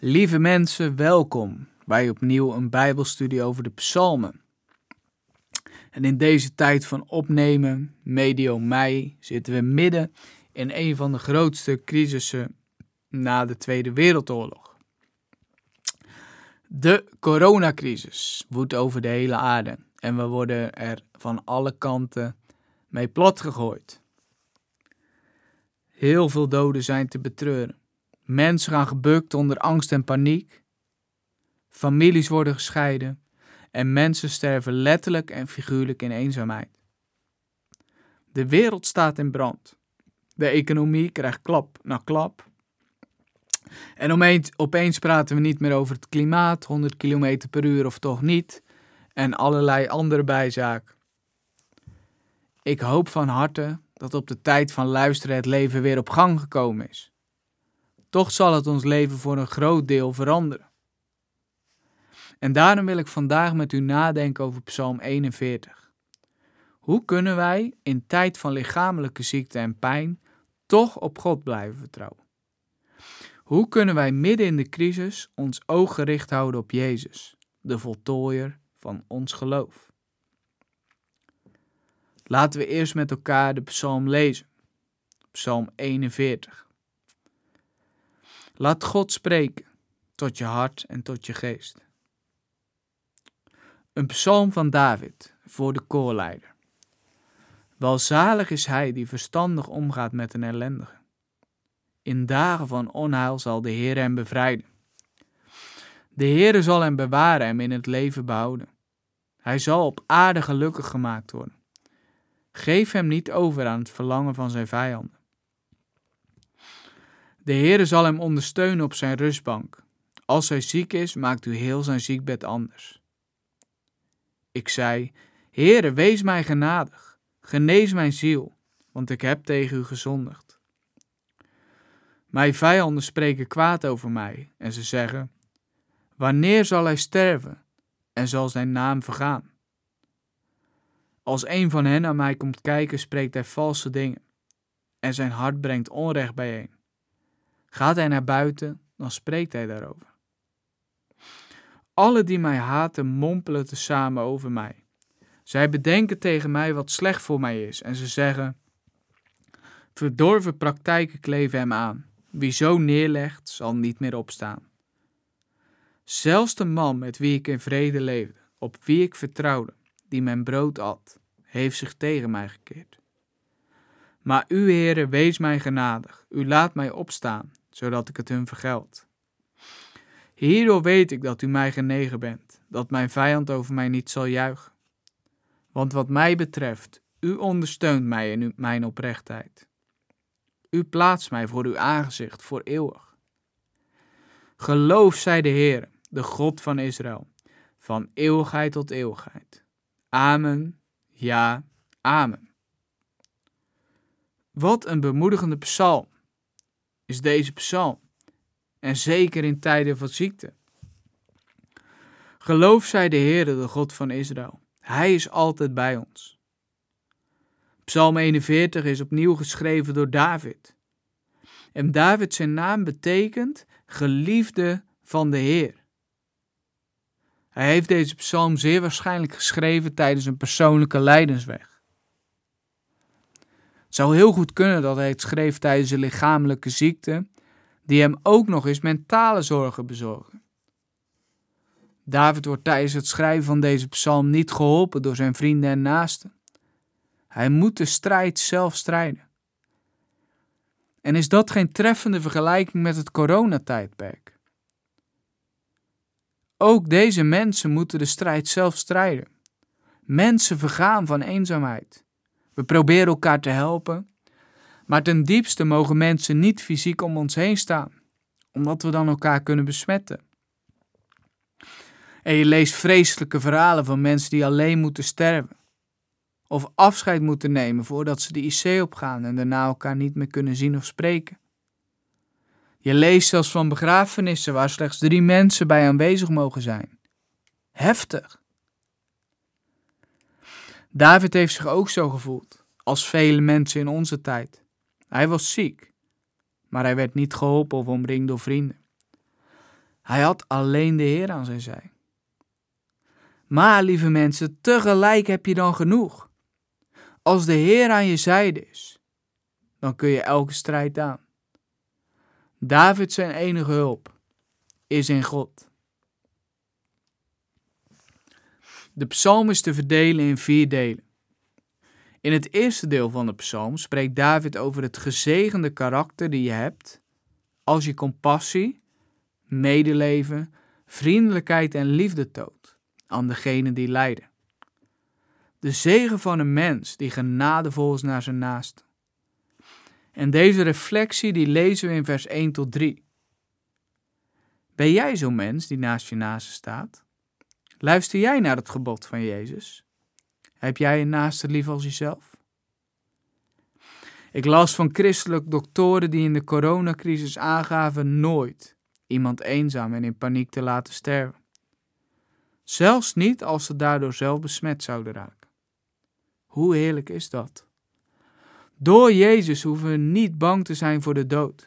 Lieve mensen, welkom bij opnieuw een Bijbelstudie over de Psalmen. En in deze tijd van opnemen, medio mei, zitten we midden in een van de grootste crisissen na de Tweede Wereldoorlog. De coronacrisis woedt over de hele aarde en we worden er van alle kanten mee platgegooid. Heel veel doden zijn te betreuren. Mensen gaan gebukt onder angst en paniek. Families worden gescheiden. En mensen sterven letterlijk en figuurlijk in eenzaamheid. De wereld staat in brand. De economie krijgt klap na klap. En opeens praten we niet meer over het klimaat, 100 km per uur of toch niet. En allerlei andere bijzaken. Ik hoop van harte dat op de tijd van luisteren het leven weer op gang gekomen is. Toch zal het ons leven voor een groot deel veranderen. En daarom wil ik vandaag met u nadenken over Psalm 41. Hoe kunnen wij in tijd van lichamelijke ziekte en pijn toch op God blijven vertrouwen? Hoe kunnen wij midden in de crisis ons oog gericht houden op Jezus, de voltooier van ons geloof? Laten we eerst met elkaar de psalm lezen. Psalm 41. Laat God spreken tot je hart en tot je geest. Een psalm van David voor de koorleider. Welzalig is hij die verstandig omgaat met een ellendige. In dagen van onheil zal de Heer hem bevrijden. De Heer zal hem bewaren en hem in het leven behouden. Hij zal op aarde gelukkig gemaakt worden. Geef hem niet over aan het verlangen van zijn vijanden. De Heere zal hem ondersteunen op zijn rustbank. Als hij ziek is, maakt u heel zijn ziekbed anders. Ik zei, Heere, wees mij genadig. Genees mijn ziel, want ik heb tegen u gezondigd. Mijn vijanden spreken kwaad over mij en ze zeggen, wanneer zal hij sterven en zal zijn naam vergaan? Als een van hen naar mij komt kijken, spreekt hij valse dingen en zijn hart brengt onrecht bijeen. Gaat hij naar buiten, dan spreekt hij daarover. Alle die mij haten mompelen tezamen over mij. Zij bedenken tegen mij wat slecht voor mij is en ze zeggen, verdorven praktijken kleven hem aan. Wie zo neerlegt, zal niet meer opstaan. Zelfs de man met wie ik in vrede leefde, op wie ik vertrouwde, die mijn brood at, heeft zich tegen mij gekeerd. Maar u, Heere, wees mij genadig. U laat mij opstaan, zodat ik het hun vergeld. Hierdoor weet ik dat u mij genegen bent, dat mijn vijand over mij niet zal juichen. Want wat mij betreft, u ondersteunt mij in mijn oprechtheid. U plaatst mij voor uw aangezicht voor eeuwig. Geloof zij de Heere, de God van Israël, van eeuwigheid tot eeuwigheid. Amen, ja, amen. Wat een bemoedigende psalm is deze psalm. En zeker in tijden van ziekte. Geloof zij de Heere, de God van Israël. Hij is altijd bij ons. Psalm 41 is opnieuw geschreven door David. En David zijn naam betekent geliefde van de Heer. Hij heeft deze psalm zeer waarschijnlijk geschreven tijdens een persoonlijke lijdensweg. Het zou heel goed kunnen dat hij het schreef tijdens een lichamelijke ziekte, die hem ook nog eens mentale zorgen bezorgen. David wordt tijdens het schrijven van deze psalm niet geholpen door zijn vrienden en naasten. Hij moet de strijd zelf strijden. En is dat geen treffende vergelijking met het coronatijdperk? Ook deze mensen moeten de strijd zelf strijden. Mensen vergaan van eenzaamheid. We proberen elkaar te helpen, maar ten diepste mogen mensen niet fysiek om ons heen staan, omdat we dan elkaar kunnen besmetten. En je leest vreselijke verhalen van mensen die alleen moeten sterven, of afscheid moeten nemen voordat ze de IC opgaan en daarna elkaar niet meer kunnen zien of spreken. Je leest zelfs van begrafenissen waar slechts 3 mensen bij aanwezig mogen zijn. Heftig. David heeft zich ook zo gevoeld, als vele mensen in onze tijd. Hij was ziek, maar hij werd niet geholpen of omringd door vrienden. Hij had alleen de Heer aan zijn zij. Maar, lieve mensen, tegelijk heb je dan genoeg. Als de Heer aan je zijde is, dan kun je elke strijd aan. David zijn enige hulp is in God. De psalm is te verdelen in 4 delen. In het eerste deel van de psalm spreekt David over het gezegende karakter die je hebt als je compassie, medeleven, vriendelijkheid en liefde toont aan degenen die lijden. De zegen van een mens die genadevol is naar zijn naaste. En deze reflectie die lezen we in vers 1 tot 3. Ben jij zo'n mens die naast je naaste staat? Luister jij naar het gebod van Jezus? Heb jij je naaste lief als jezelf? Ik las van christelijke doktoren die in de coronacrisis aangaven nooit iemand eenzaam en in paniek te laten sterven. Zelfs niet als ze daardoor zelf besmet zouden raken. Hoe heerlijk is dat? Door Jezus hoeven we niet bang te zijn voor de dood.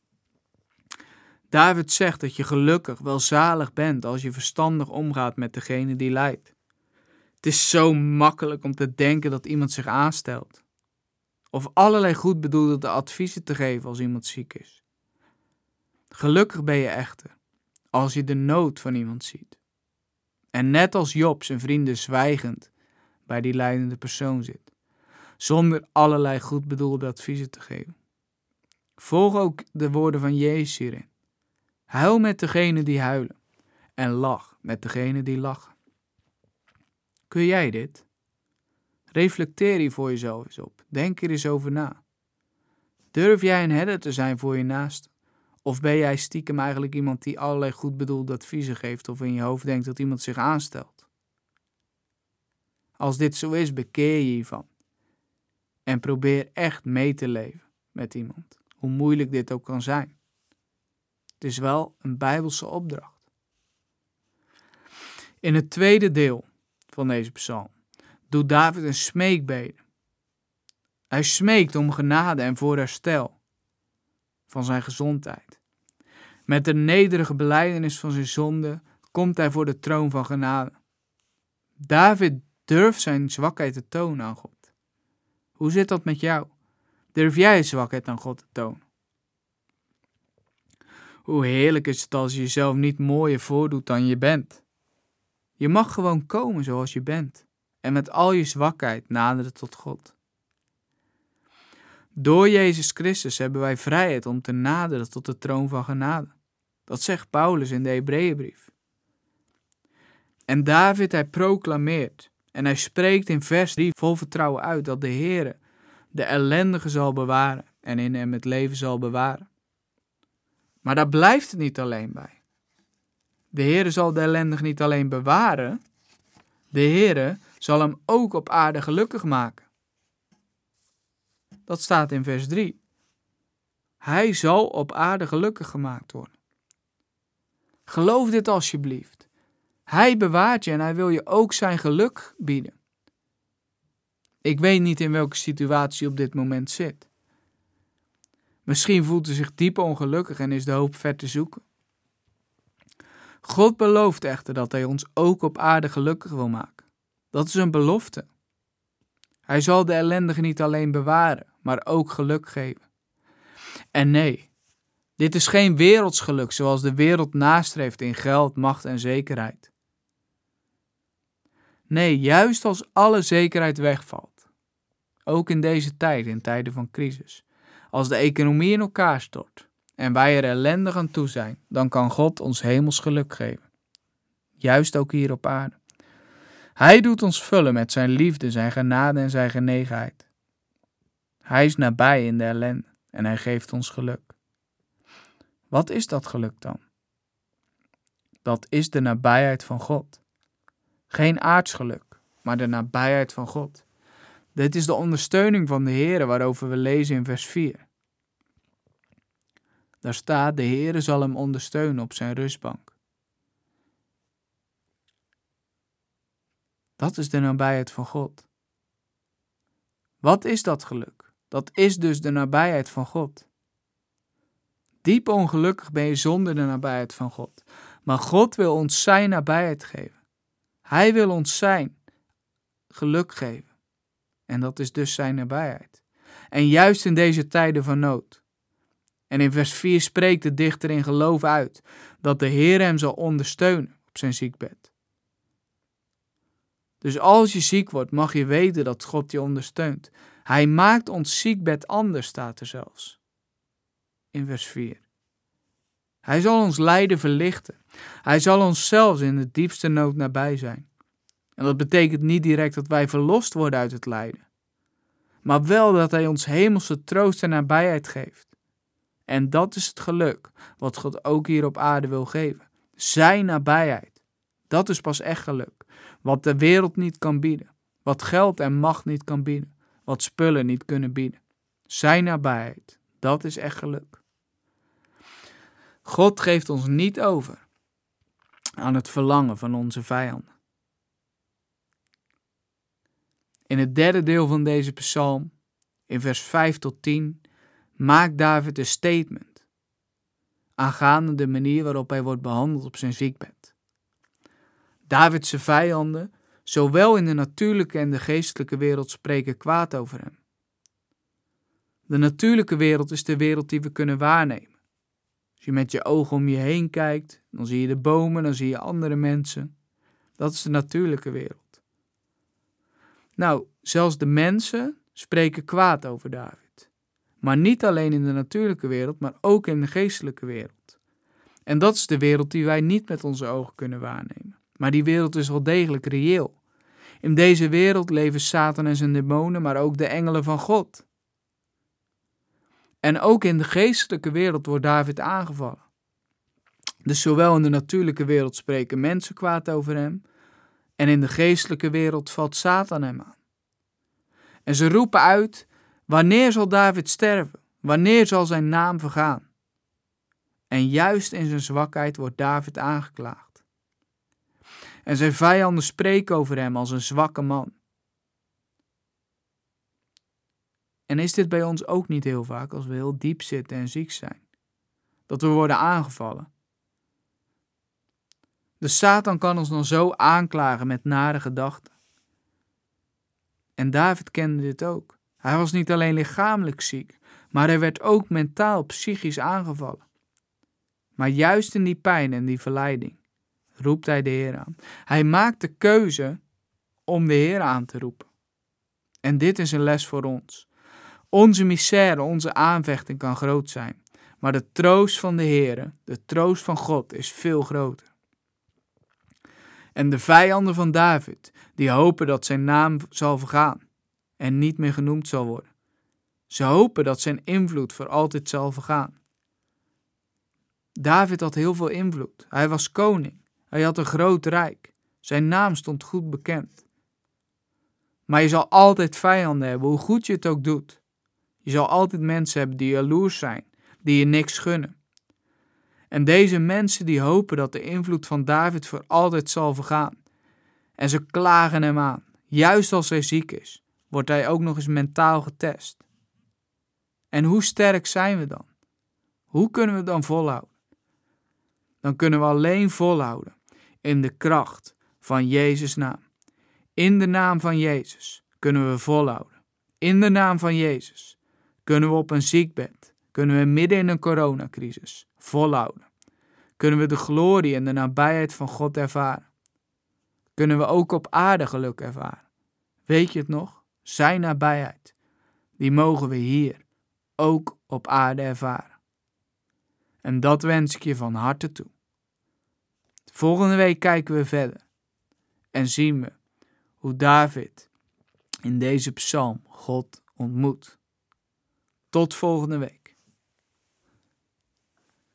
David zegt dat je gelukkig, welzalig bent als je verstandig omgaat met degene die lijdt. Het is zo makkelijk om te denken dat iemand zich aanstelt. Of allerlei goed bedoelde adviezen te geven als iemand ziek is. Gelukkig ben je echter als je de nood van iemand ziet. En net als Job zijn vrienden zwijgend bij die lijdende persoon zit. Zonder allerlei goed bedoelde adviezen te geven. Volg ook de woorden van Jezus hierin. Huil met degenen die huilen. En lach met degenen die lachen. Kun jij dit? Reflecteer hier voor jezelf eens op. Denk er eens over na. Durf jij een herder te zijn voor je naaste? Of ben jij stiekem eigenlijk iemand die allerlei goed bedoelde adviezen geeft of in je hoofd denkt dat iemand zich aanstelt? Als dit zo is, bekeer je hiervan. En probeer echt mee te leven met iemand. Hoe moeilijk dit ook kan zijn. Het is wel een Bijbelse opdracht. In het tweede deel van deze psalm doet David een smeekbede. Hij smeekt om genade en voor herstel van zijn gezondheid. Met de nederige belijdenis van zijn zonde komt hij voor de troon van genade. David durft zijn zwakheid te tonen aan God. Hoe zit dat met jou? Durf jij je zwakheid aan God te tonen? Hoe heerlijk is het als je jezelf niet mooier voordoet dan je bent. Je mag gewoon komen zoals je bent. En met al je zwakheid naderen tot God. Door Jezus Christus hebben wij vrijheid om te naderen tot de troon van genade. Dat zegt Paulus in de Hebreeënbrief. En David, hij proclameert en hij spreekt in vers 3 vol vertrouwen uit dat de Heere de ellendige zal bewaren en in hem het leven zal bewaren. Maar daar blijft het niet alleen bij. De Heere zal de ellendige niet alleen bewaren, de Heere zal hem ook op aarde gelukkig maken. Dat staat in vers 3. Hij zal op aarde gelukkig gemaakt worden. Geloof dit alsjeblieft. Hij bewaart je en hij wil je ook zijn geluk bieden. Ik weet niet in welke situatie je op dit moment zit. Misschien voelt u zich diep ongelukkig en is de hoop ver te zoeken. God belooft echter dat hij ons ook op aarde gelukkig wil maken. Dat is een belofte. Hij zal de ellendige niet alleen bewaren, maar ook geluk geven. En nee, dit is geen werelds geluk zoals de wereld nastreeft in geld, macht en zekerheid. Nee, juist als alle zekerheid wegvalt. Ook in deze tijd, in tijden van crisis. Als de economie in elkaar stort en wij er ellendig aan toe zijn, dan kan God ons hemels geluk geven. Juist ook hier op aarde. Hij doet ons vullen met zijn liefde, zijn genade en zijn genegenheid. Hij is nabij in de ellende en hij geeft ons geluk. Wat is dat geluk dan? Dat is de nabijheid van God. Geen aardsgeluk, maar de nabijheid van God. Dit is de ondersteuning van de Heere waarover we lezen in vers 4. Daar staat, de Heere zal hem ondersteunen op zijn rustbank. Dat is de nabijheid van God. Wat is dat geluk? Dat is dus de nabijheid van God. Diep ongelukkig ben je zonder de nabijheid van God. Maar God wil ons zijn nabijheid geven. Hij wil ons zijn geluk geven. En dat is dus zijn nabijheid. En juist in deze tijden van nood. En in vers 4 spreekt de dichter in geloof uit dat de Heer hem zal ondersteunen op zijn ziekbed. Dus als je ziek wordt, mag je weten dat God je ondersteunt. Hij maakt ons ziekbed anders, staat er zelfs. In vers 4. Hij zal ons lijden verlichten. Hij zal ons zelfs in de diepste nood nabij zijn. En dat betekent niet direct dat wij verlost worden uit het lijden. Maar wel dat hij ons hemelse troost en nabijheid geeft. En dat is het geluk wat God ook hier op aarde wil geven. Zijn nabijheid. Dat is pas echt geluk. Wat de wereld niet kan bieden. Wat geld en macht niet kan bieden. Wat spullen niet kunnen bieden. Zijn nabijheid. Dat is echt geluk. God geeft ons niet over aan het verlangen van onze vijanden. In het derde deel van deze psalm, in vers 5 tot 10, maakt David een statement aangaande de manier waarop hij wordt behandeld op zijn ziekbed. Davidse vijanden, zowel in de natuurlijke en de geestelijke wereld, spreken kwaad over hem. De natuurlijke wereld is de wereld die we kunnen waarnemen. Als je met je ogen om je heen kijkt, dan zie je de bomen, dan zie je andere mensen. Dat is de natuurlijke wereld. Nou, zelfs de mensen spreken kwaad over David. Maar niet alleen in de natuurlijke wereld, maar ook in de geestelijke wereld. En dat is de wereld die wij niet met onze ogen kunnen waarnemen. Maar die wereld is wel degelijk reëel. In deze wereld leven Satan en zijn demonen, maar ook de engelen van God. En ook in de geestelijke wereld wordt David aangevallen. Dus zowel in de natuurlijke wereld spreken mensen kwaad over hem, en in de geestelijke wereld valt Satan hem aan. En ze roepen uit: wanneer zal David sterven? Wanneer zal zijn naam vergaan? En juist in zijn zwakheid wordt David aangeklaagd. En zijn vijanden spreken over hem als een zwakke man. En is dit bij ons ook niet heel vaak als we heel diep zitten en ziek zijn? Dat we worden aangevallen. De Satan kan ons dan zo aanklagen met nare gedachten. En David kende dit ook. Hij was niet alleen lichamelijk ziek, maar hij werd ook mentaal, psychisch aangevallen. Maar juist in die pijn en die verleiding roept hij de Heer aan. Hij maakt de keuze om de Heer aan te roepen. En dit is een les voor ons. Onze misère, onze aanvechting kan groot zijn. Maar de troost van de Heer, de troost van God is veel groter. En de vijanden van David, die hopen dat zijn naam zal vergaan en niet meer genoemd zal worden. Ze hopen dat zijn invloed voor altijd zal vergaan. David had heel veel invloed. Hij was koning. Hij had een groot rijk. Zijn naam stond goed bekend. Maar je zal altijd vijanden hebben, hoe goed je het ook doet. Je zal altijd mensen hebben die jaloers zijn, die je niks gunnen. En deze mensen die hopen dat de invloed van David voor altijd zal vergaan. En ze klagen hem aan. Juist als hij ziek is, wordt hij ook nog eens mentaal getest. En hoe sterk zijn we dan? Hoe kunnen we dan volhouden? Dan kunnen we alleen volhouden in de kracht van Jezus' naam. In de naam van Jezus kunnen we volhouden. In de naam van Jezus kunnen we op een ziekbed, kunnen we midden in een coronacrisis volhouden. Kunnen we de glorie en de nabijheid van God ervaren. Kunnen we ook op aarde geluk ervaren. Weet je het nog? Zijn nabijheid, die mogen we hier ook op aarde ervaren. En dat wens ik je van harte toe. Volgende week kijken we verder en zien we hoe David in deze psalm God ontmoet. Tot volgende week.